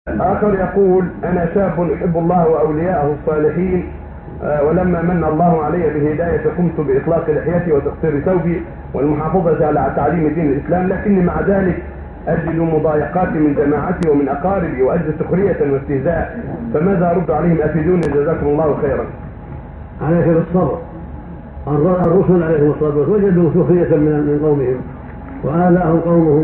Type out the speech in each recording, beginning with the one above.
آخر يقول: أنا شاب يحب الله وأولياءه الصالحين، ولما من الله علي بالهداية قمت بإطلاق لحيتي وتقصير ثوبي والمحافظة على تعليم دين الإسلام، لكني مع ذلك أجد مضايقات من جماعتي ومن أقاربي وأجد سخرية واستهزاء، فماذا أرد عليهم؟ أفيدوني جزاكم الله خيرا. عليك بالصبر. الرسل عليهم الصلاة والسلام وجدوا سخرية من قومهم وآذاهم قومهم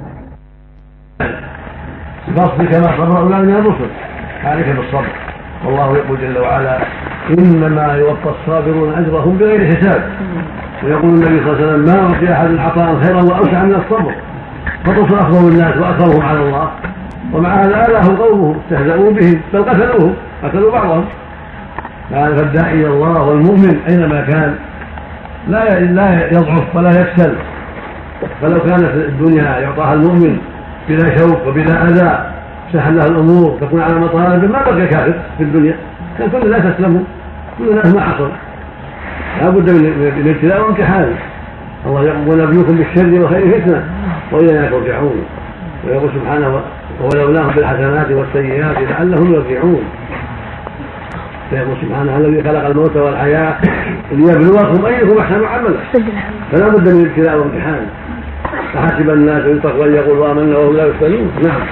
بفضل كما صبر أولئك من الرسل. عليك بالصبر، والله يقول جل وعلا: إنما يوفى الصابرون أجرهم بغير حساب. ويقول النبي صلى الله عليه وسلم: ما أعطي أحد عطاء خيرا وأوسع من الصبر. فالرسل أفضل الناس وأكرمهم على الله، ومع هذا آذاهم قومهم، استهزأوا بهم بل قتلوهم، قتلوا بعضهم. فالداعي إلى الله والمؤمن أينما كان لا يضعف ولا يكسل، فلو كانت الدنيا يعطاها المؤمن بلا شوك وبلا أذى سهل له الأمور تكون على مطالب ما بقى كافر في الدنيا، كان كل الناس أسلموا، كل الناس ما حصل. لا بد من الابتلاء وامتحان. الله يقول: ونبلوكم بالشر والخير فتنة وإلينا ترجعون. ويقول سبحانه: ولوناهم بالحسنات والسيئات لعلهم يرجعون. ويقول سبحانه: الذي خلق الموت والحياة ليبلوكم أيكم أحسن عملا. فلا بد من الابتلاء والامتحان. فحسب الناس يتقوا أن يقولوا آمنا وهم لا يفتنون. نعم.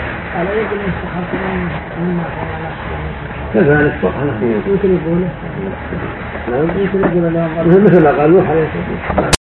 كذلك صح. يمكن يقول مثل ما قال نوح عليه السلام.